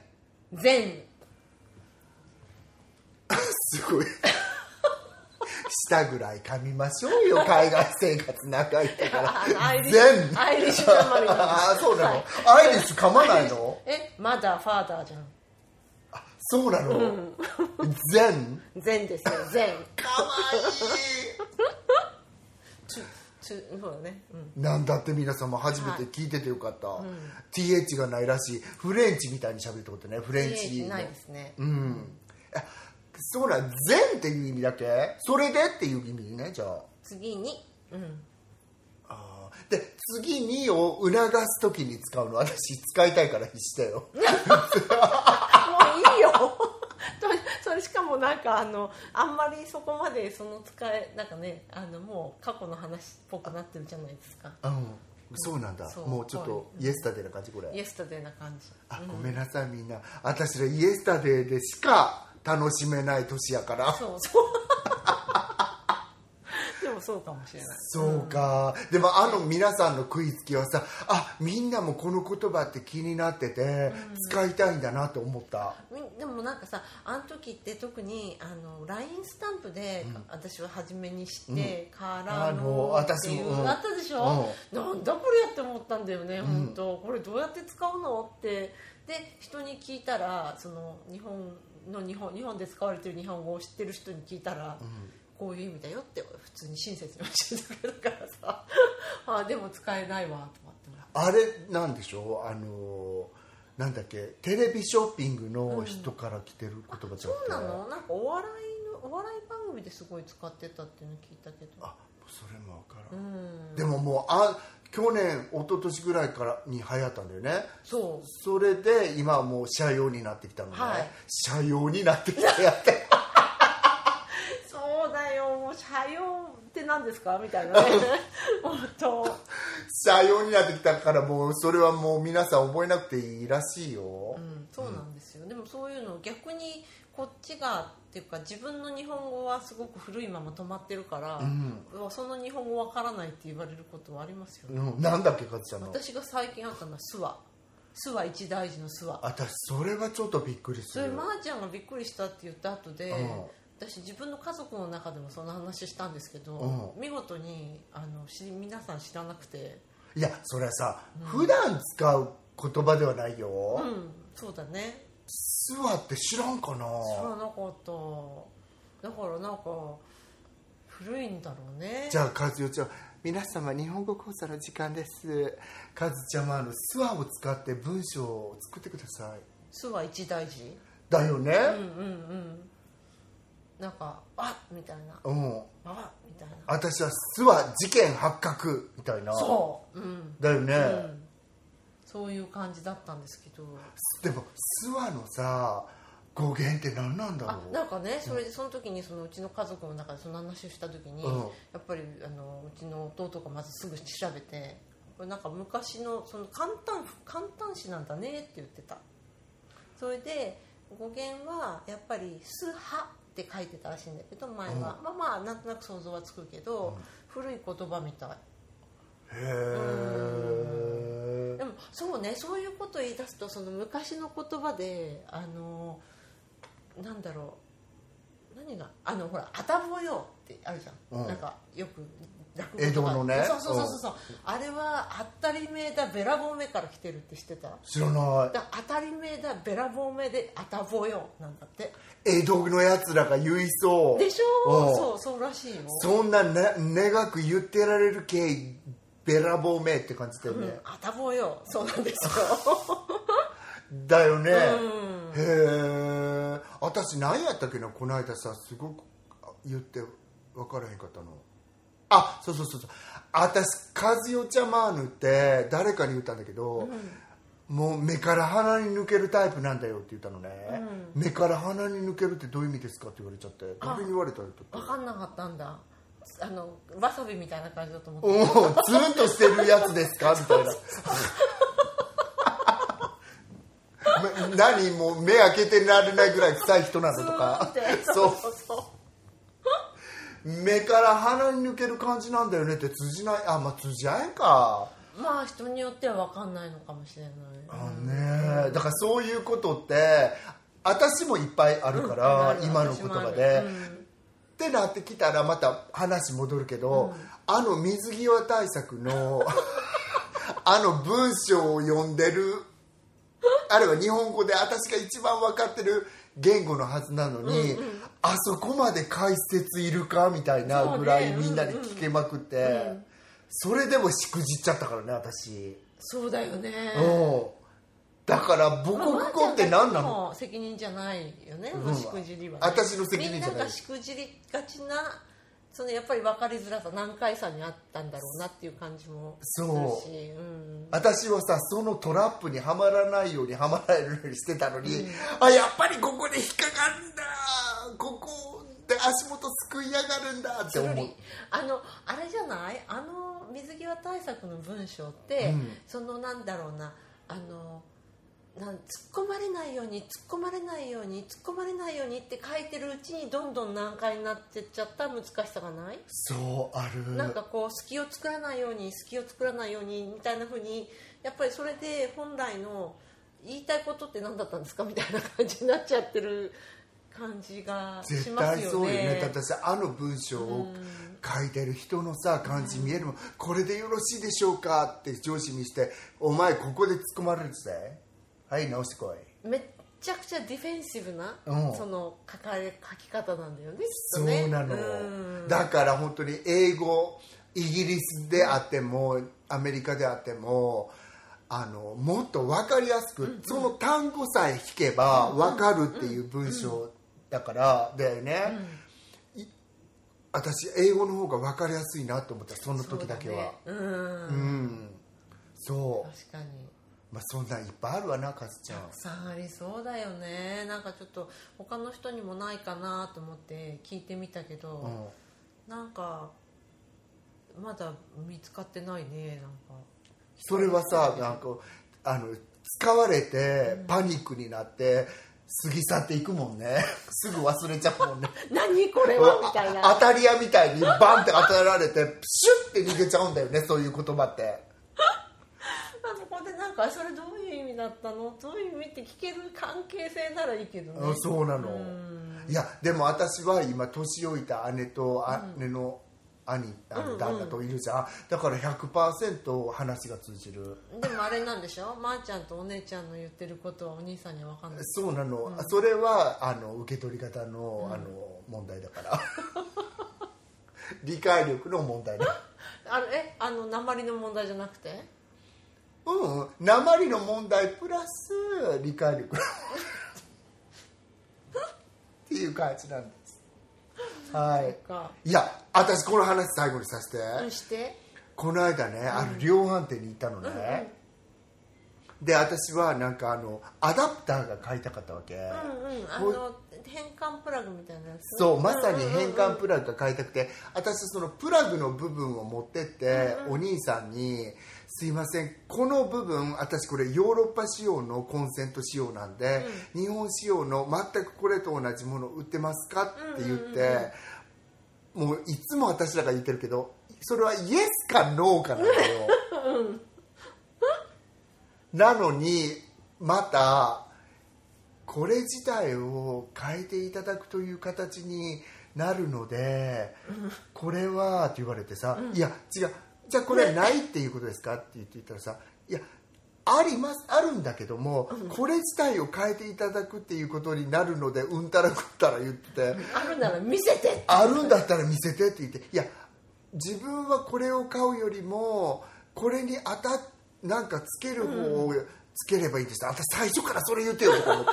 すごい舌ぐらい噛みましょうよ、海外生活長いからアイリッシュなまりなんです。 あ、そうなの、 はい、 アイリッシュ噛まないの？ まだファーダーじゃん。 あ、そうなの、全ですよ、全かわいいそうだね、 なんだって皆様初めて聞いててよかった、TH がないらしい。フレンチみたいに喋るってことね。フレンチ TH ないですね。 そうなん、全っていう意味だけ？それでっていう意味ね、じゃあ次に、 で次にを促す時に使うの。私使いたいから必死だよもういいよそれしかもなんかあんまりそこまでそのなんかね、もう過去の話っぽくなってるじゃないですか。 そうなんだ。もうちょっとイエスタデーな感じ。これイエスタデーな感じ。 ごめんなさいみんな、私らイエスタデーでしか楽しめない年やから。 そうでもそうかもしれない。 そうか、でも皆さんの食いつきはさ、みんなもこの言葉って気になってて、使いたいんだなと思った。 でもなんかさ、あの時って特にLINE スタンプで、私は初めに知って、からのっていうあったでしょ、なんだこれやって思ったんだよね、本当これどうやって使うのって。で人に聞いたら、その日本で使われてる日本語を知ってる人に聞いたら、こういう意味だよって普通に親切に教えてくれたからさでも使えないわと思って。 あれなんでしょう、なんだっけ、テレビショッピングの人から来てる言葉じゃなくて、 そうなの？なんかお笑い番組ですごい使ってたっていうの聞いたけど。 それも分からん。でももう去年一昨年ぐらいからに流行ったんだよね。それで今はもう社用になってきたのね、社用になってきたやってそうだよ、もう社用って何ですかみたいなね本当社用になってきたから、もうそれはもう皆さん覚えなくていいらしいよ。 そうなんですよ。でもそういうの逆にこっちがっていうか、自分の日本語はすごく古いまま止まってるから、その日本語わからないって言われることはありますよね。 なんだっけ、かつちゃんの。 私が最近あったのは諏訪一大事の諏訪。 私それはちょっとびっくりする。 それまーちゃんがびっくりしたって言った後で、私自分の家族の中でもその話したんですけど、見事に皆さん知らなくて。 いや、それはさ、普段使う言葉ではないよ。 そうだね。 諏訪って知らんかな。 知らなかった。だからなんか古いんだろうね。 じゃあ和代ちゃん、皆様日本語講座の時間です。和ちゃんは諏訪を使って文章を作ってください。 諏訪一大事だよね。 なんかみたいな。みたいな。 私は諏訪事件発覚みたいな。 そう。 だよね。 そういう感じだったんですけど。 でも諏訪のさ語源って何なんだろう。 なんかね、それでその時にうちの家族の中でその話をした時に、やっぱりうちの弟がまずすぐ調べて、これなんか昔のその簡単詞なんだねって言ってた。それで語源はやっぱりスハって書いてたらしいんだけど前は、まあなんとなく想像はつくけど、古い言葉みたい。 へえ。 でもそうね、そういうことを言い出すとその昔の言葉でなんだろう、何がほらあたぼよってあるじゃん、なんかよく落語とか江戸のね、 そう、あれは当たり前だべらぼうめから来てるって知ってた？ 知らない。 だ当たり前だべらぼうめであたぼよなんだって。 江戸のやつらが言いそうでしょ。そうらしいよ。 そんな長く言ってられる系べらぼうめって感じだよね、 あたぼよ。そうなんですよだよね、へえ。私何やったっけな、この間さすごく言って分からへんかったの。そう私カズヨちゃまーぬって誰かに言ったんだけど、もう目から鼻に抜けるタイプなんだよって言ったのね、目から鼻に抜けるってどういう意味ですかって言われちゃって、誰に言われたの？ 分かんなかったんだ。わさびみたいな感じだと思ってツンとしてるやつですかみたいな何もう目開けてられないぐらい臭い人なのとかそう目から鼻に抜ける感じなんだよねって通じない。通じないか。 まあ人によっては分かんないのかもしれないね。だからそういうことって私もいっぱいあるから、今の言葉で、ってなってきたらまた話戻るけど、水際対策の文章を読んでるあれは日本語で私が一番分かってる言語のはずなのに、あそこまで解説いるかみたいなぐらいみんなに聞けまくって、それでもしくじっちゃったからね私。 そうだよね。 だから母国語って何なの？ 責任じゃないよね、しくじりはね。 私の責任じゃない。 みんながしくじりがちなやっぱり分かりづらさ、難解さにあったんだろうなっていう感じもするし、 私はさそのトラップにはまらないようにはまられるようにしてたのに、やっぱりここで引っかかるんだ、ここで足元すくいやがるんだって思う。 あれじゃない、水際対策の文章って、なんだろうな、突っ込まれないようにって書いてるうちにどんどん難解になってっちゃった難しさがない？ そうある。 なんか隙を作らないようにみたいな風に、やっぱりそれで本来の言いたいことって何だったんですかみたいな感じになっちゃってる感じがしますよね。絶対そうよね。 私文章を書いてる人のさ感じ見えるもん、これでよろしいでしょうかって上司にして、お前ここで突っ込まれるぜ、はい直してこい。 めっちゃくちゃディフェンシブな、その書き方なんだよね。 そうなの。だから本当に英語、イギリスであってもアメリカであってももっと分かりやすく、その単語さえ引けば分かるっていう文章だからだよね。私英語の方が分かりやすいなと思った、その時だけは。そう確かに。 そんなんいっぱいあるわな、カズちゃん。 たくさんありそうだよね。なんかちょっと他の人にもないかなと思って聞いてみたけど、なんかまだ見つかってないね。なんかそれはさ、なんか使われてパニックになって過ぎ去っていくもんね。すぐ忘れちゃうもんね。 何これはみたいな。 当たり屋みたいにバンって当たられてシュッて逃げちゃうんだよね、そういう言葉って。 ここでなんかそれどういう意味だったの、どういう意味って聞ける関係性ならいいけどね。 そうなの。いやでも私は今年老いた姉と姉の旦那といるじゃん。だから 100% 話が通じる。 でもあれなんでしょ、まーちゃんとお姉ちゃんの言ってることはお兄さんには分かんない。 そうなの、それは受け取り方の、問題だから理解力の問題だ。 鉛の問題じゃなくて、 鉛の問題プラス理解力っていう感じなんです。はい。いや私この話最後にさせて。 して。 この間ね、ある量販店に行ったのね、 で私はなんかアダプターが買いたかったわけ、 変換プラグみたいなやつ。 そう、まさに変換プラグが買いたくて、私そのプラグの部分を持ってって、お兄さんにすいません、この部分私これヨーロッパ仕様のコンセント仕様なんで、日本仕様の全くこれと同じもの売ってますかって言って、もういつも私らが言ってるけど、それはイエスかノーかなんだよ、なのにまたこれ自体を変えていただくという形になるので、これはって言われてさ、いや違う、じゃあこれはないっていうことですかって言ったらさ、いやあります、あるんだけども、これ自体を変えていただくっていうことになるので、うんたらくったら言ってて、 あるなら見せて、 あるんだったら見せてって言って、いや自分はこれを買うよりもこれになんかつける方をつければいいです、私最初からそれ言ってよとか思って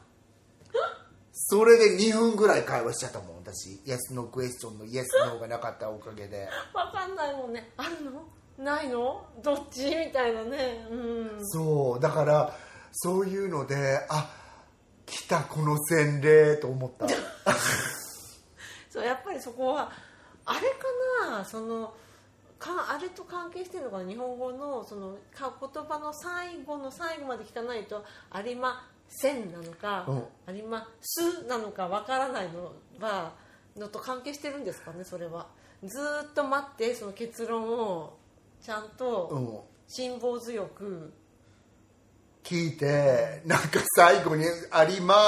それで2分ぐらい会話しちゃったもん、私。イエスノークエスチョンのイエスノーがなかったおかげで分かんないもんね、あるのないのどっちみたいなね、 そうだからそういうので、来たこの洗礼と思ったそう、やっぱりそこはあれかな、あれと関係してるのかな、日本語のその言葉の最後の最後まで聞かないとありませんなのか、ありますなのかわからないのと関係してるんですかね。それはずっと待って、その結論をちゃんと辛抱強く聞いて、なんか最後にありまー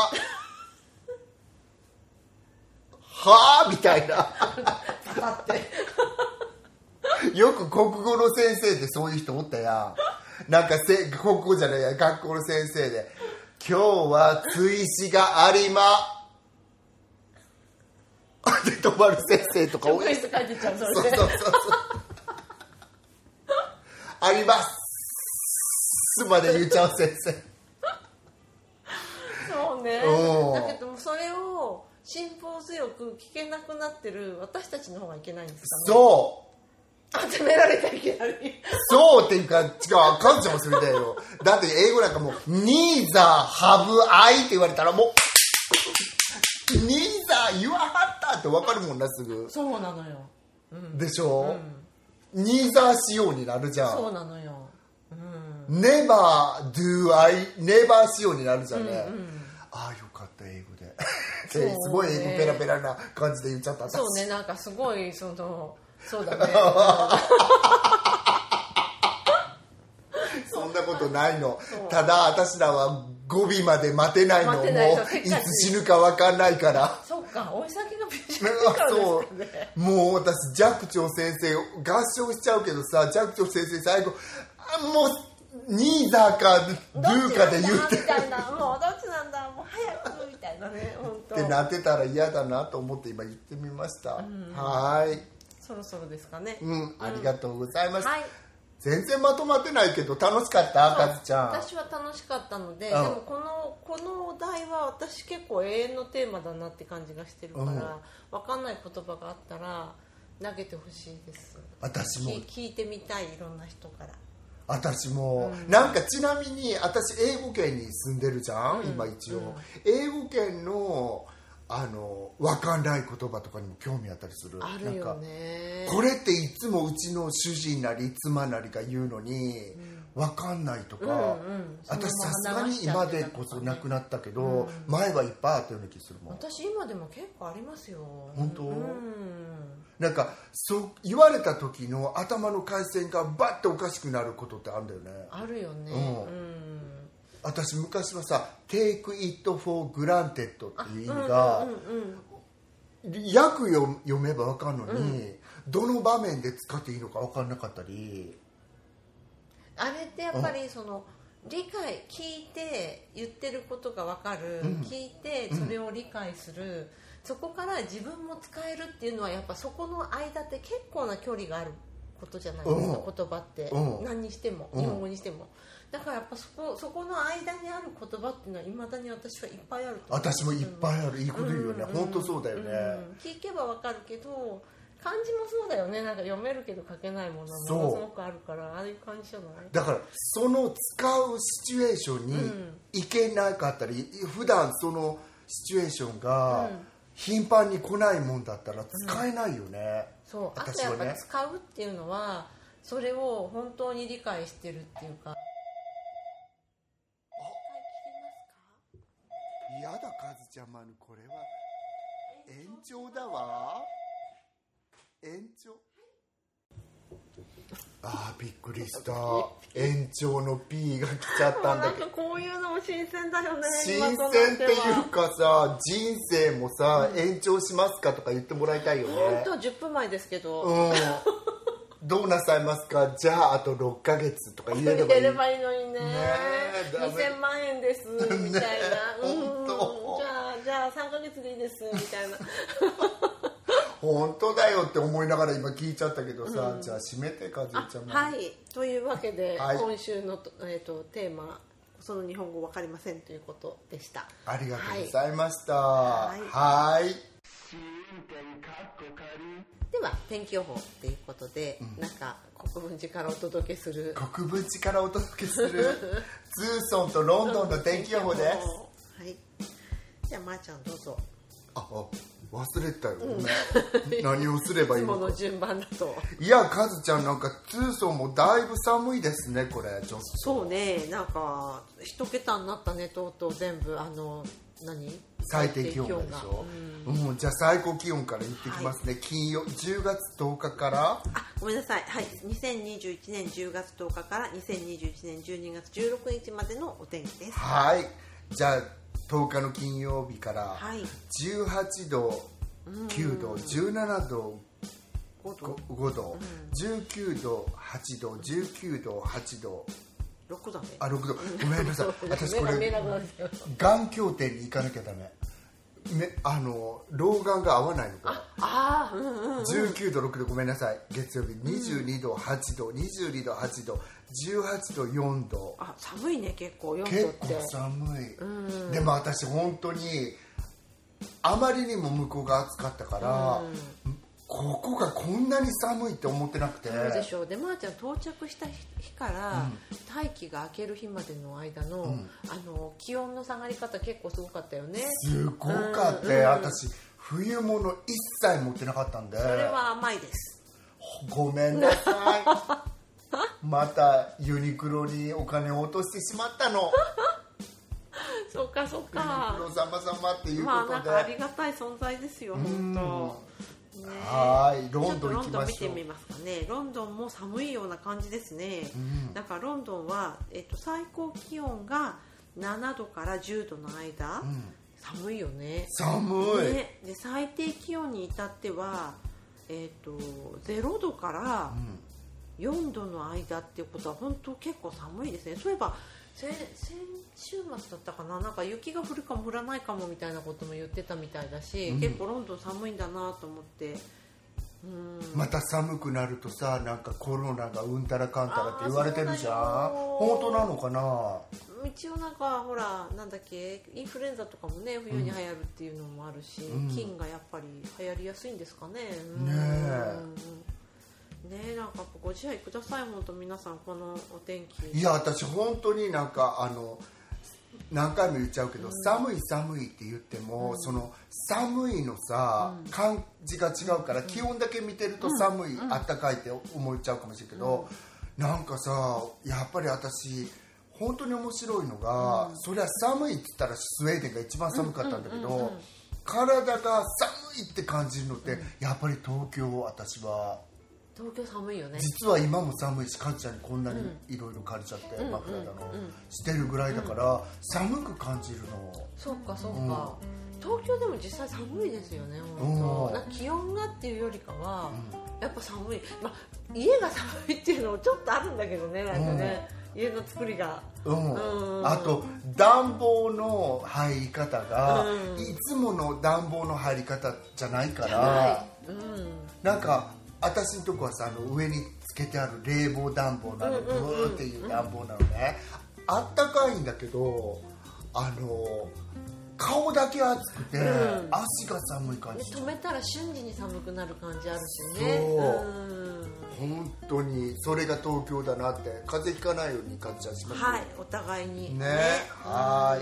はーみたいなパタってよく国語の先生でそういう人おったやん。なんか国語じゃないや、学校の先生で、今日は追試がありまで止まる先生とか多い。職員室書いてちゃう、それで。 そうありますまで言っちゃう先生。 そうね。だけどもそれを辛抱強く聞けなくなってる私たちの方がいけないんですかね。 そう集められたらいけない。 そうっていうか、違う、あかんちゃんもそれだよ。だって英語なんかもう、neither have I って言われたらもう、neither 言わはったって分かるもんな、すぐ。 そうなのよ。 でしょ、neither 仕様になるじゃん。 そうなのよ。 never do I never 仕様になるじゃんね。ああ、よかった、英語で。すごい英語ペラペラな感じで言っちゃった。 そうね、なんかすごい、そうだね。 そんなことないの。ただ私らは語尾まで待てないのも、いつ死ぬか分かんないから。 そっか、おい先が短いからですかね。 もう私寂聴先生合唱しちゃうけどさ、寂聴先生最後もうニーザーかドゥーかで言ってみたいな、もうどっちなんだ、もう早くみたいなね、本当。 ってなってたら嫌だなと思って今言ってみました。はい。 そろそろですかね。 ありがとうございます。 はい。 全然まとまってないけど楽しかった、かずちゃん。 私は楽しかったので、でもこのお題は私結構永遠のテーマだなって感じがしてるから、分かんない言葉があったら投げてほしいです。 私も聞いてみたい、いろんな人から。 私も、なんかちなみに私英語圏に住んでるじゃん、今一応、英語圏の分かんない言葉とかにも興味あったりする。 あるよね。 これっていつもうちの主人なり妻なりが言うのに、分かんないとか、私さすがに今でこそなくなったけど、前はいっぱいあったような気するもん。 私今でも結構ありますよ。 本当？なんかそう言われた時の頭の回線がバッておかしくなることってあるんだよね。 あるよね。 私昔はさ Take it for granted っていう意味が、訳読めば分かるのに、どの場面で使っていいのか分かんなかったり。 あれってやっぱり理解、聞いて言ってることが分かる、聞いてそれを理解する、そこから自分も使えるっていうのはやっぱそこの間って結構な距離があることじゃないですか、言葉って、何にしても、日本語にしても。だからやっぱそこの間にある言葉っていうのはいまだに私はいっぱいあると思う。 私もいっぱいある、いいこと言うよね、本当そうだよね。 聞けば分かるけど漢字もそうだよね。なんか読めるけど書けないものもものすごくあるから、ああいう感じじゃない？ だからその使うシチュエーションに行けなかったり、普段そのシチュエーションが頻繁に来ないもんだったら使えないよね。 そう。あとやっぱり使うっていうのはそれを本当に理解してるっていうか。 やだ、カズちゃん、マヌ、これは延長だわ。延長。あー、びっくりした。延長の P が来ちゃったんだけど。 なんかこういうのも新鮮だよね。 新鮮っていうかさ、人生もさ、延長しますかとか言ってもらいたいよね。 本当10分前ですけど。 どうなさいますか。じゃああと6ヶ月とか言えればいい。 入れればいいのにね。2000万円ですみたいな。 本当。 じゃあ3ヶ月でいいですみたいな。 本当だよって思いながら今聞いちゃったけどさ、じゃあ締めて、かずちゃん。 はい。というわけで、今週のテーマ、その日本語わかりませんということでした。 ありがとうございました。はい。 では天気予報ということで、なんか国分寺からお届けするツーソンとロンドンの天気予報です。 はい。じゃあまーちゃんどうぞ。 忘れてたよ、何をすればいいのか。 いつもの順番だと。 いや、カズちゃん、なんかツーソンもだいぶ寒いですね、これちょっと。 そうね、なんか1桁になったね、とうとう全部最低気温でしょ。じゃあ最高気温から言ってきますね。金曜10月10日からごめんなさい、はい、2021年10月10日から2021年12月16日までのお天気です。 はい。じゃあ10日の金曜日から18度、9度、17度、5度、19度、8度、19度、8度、 6度ね。 6度。ごめんなさい。私これ眼鏡店に行かなきゃダメ。老眼が合わないのか。19度、6度、ごめんなさい。月曜日22度、8度、22度、8度、18度、4度。 寒いね、結構4度って。 結構寒い。でも私本当にあまりにも向こうが暑かったから、ここがこんなに寒いって思ってなくて。 そうでしょう。で、まーちゃん到着した日から大気が明ける日までの間の、気温の下がり方結構すごかったよね。 すごかった。私冬物一切持ってなかったんで。 それは甘いです。 ごめんなさい。またユニクロにお金を落としてしまったの。 そうかそうか。 ユニクロ様々っていうことで。 なんかありがたい存在ですよ、本当。 はい、ロンドン行きましょう。 ちょっとロンドン見てみますかね。ロンドンも寒いような感じですね。なんかロンドンは、最高気温が7度から10度の間、寒いよね。 寒い。 で最低気温に至っては、0度から4度の間っていうことは本当結構寒いですね。そういえば先週末だったかな、なんか雪が降るかも降らないかもみたいなことも言ってたみたいだし、結構ロンドン寒いんだなと思って。 また寒くなるとさ、なんかコロナがうんたらかんたらって言われてるじゃん。本当なのかな。 一応なんかほらなんだっけ、インフルエンザとかもね冬に流行るっていうのもあるし、菌がやっぱり流行りやすいんですかね。なんかご自愛ください、本当皆さん、このお天気。 いや、私本当になんか何回も言っちゃうけど、寒い寒いって言っても、その寒いのさ、感じが違うから、気温だけ見てると寒い、あったかいって思っちゃうかもしれないけど、なんかさ、やっぱり私本当に面白いのが、そりゃ寒いって言ったらスウェーデンが一番寒かったんだけど、体が寒いって感じるのって、やっぱり東京。私は東京寒いよね。 実は今も寒いし、かっちゃんにこんなにいろいろ借りちゃって枕だのしてるぐらいだから、寒く感じるの。 そうかそうか。東京でも実際寒いですよね、本当。なんか気温がっていうよりかは、やっぱ寒い。家が寒いっていうのもちょっとあるんだけどね、なんかね、家の作りが。あと暖房の入り方が、いつもの暖房の入り方じゃないから、なんか私のとこはさ、上につけてある冷房暖房なの、ブーっていう暖房なのね。あったかいんだけど、 顔だけ暑くて、足が寒い感じ。 止めたら瞬時に寒くなる感じあるしね。 本当にそれが東京だなって。風邪ひかないように感じはします。 はい、お互いにね。はい。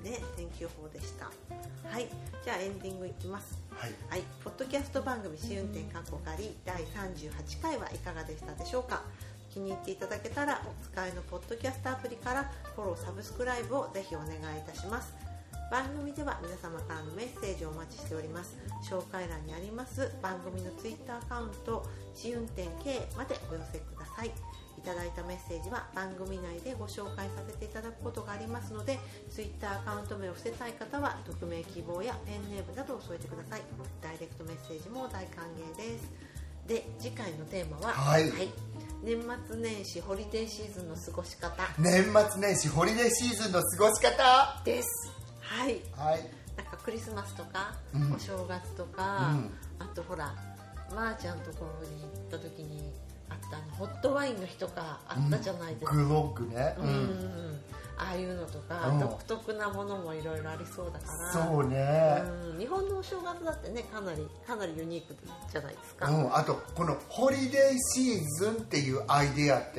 ね、天気予報でした。はい、じゃあエンディングいきます。 はい。 はい、ポッドキャスト番組試運転かっこかり第38回はいかがでしたでしょうか。気に入っていただけたらお使いのポッドキャストアプリからフォローサブスクライブをぜひお願いいたします。番組では皆様からのメッセージをお待ちしております。紹介欄にあります番組のツイッターアカウント試運転 K までお寄せください。いただいたメッセージは番組内でご紹介させていただくことがありますので、ツイッターアカウント名を伏せたい方は匿名希望やペンネームなどを添えてください。ダイレクトメッセージも大歓迎です。で、次回のテーマは、年末年始ホリデーシーズンの過ごし方。 年末年始ホリデーシーズンの過ごし方です。はい、なんかクリスマスとか、お正月とか、あとほらまーちゃんところに行った時にあったホットワインの日とかあったじゃないですか。 グロックね。 ああいうのとか、独特なものもいろいろありそうだから。 そうね。 日本のお正月だってね、かなりユニークじゃないですか。 あとこのホリデーシーズンっていうアイデアって、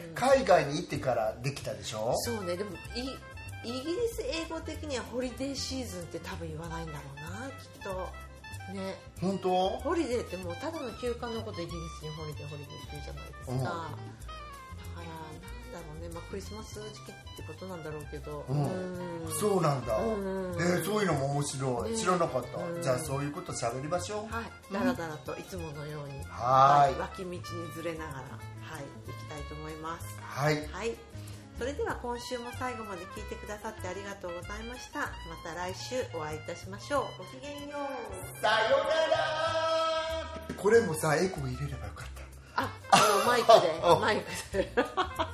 海外に行ってからできたでしょ。 そうね。でもイギリス英語的にはホリデーシーズンって多分言わないんだろうな、きっとね。 本当？ ホリデーってもうただの休暇のことイギリスにホリデーって言うじゃないですか。だからなんだろうね、クリスマス時期ってことなんだろうけど。 そうなんだ。そういうのも面白い。知らなかった。じゃあそういうこと喋りましょう。 はい。だらだらといつものように脇道にずれながら行きたいと思います。はい。それでは今週も最後まで聞いてくださってありがとうございました。また来週お会いいたしましょう。ごきげんよう。 さよなら。これもさ、エコー入れればよかった。 マイクで。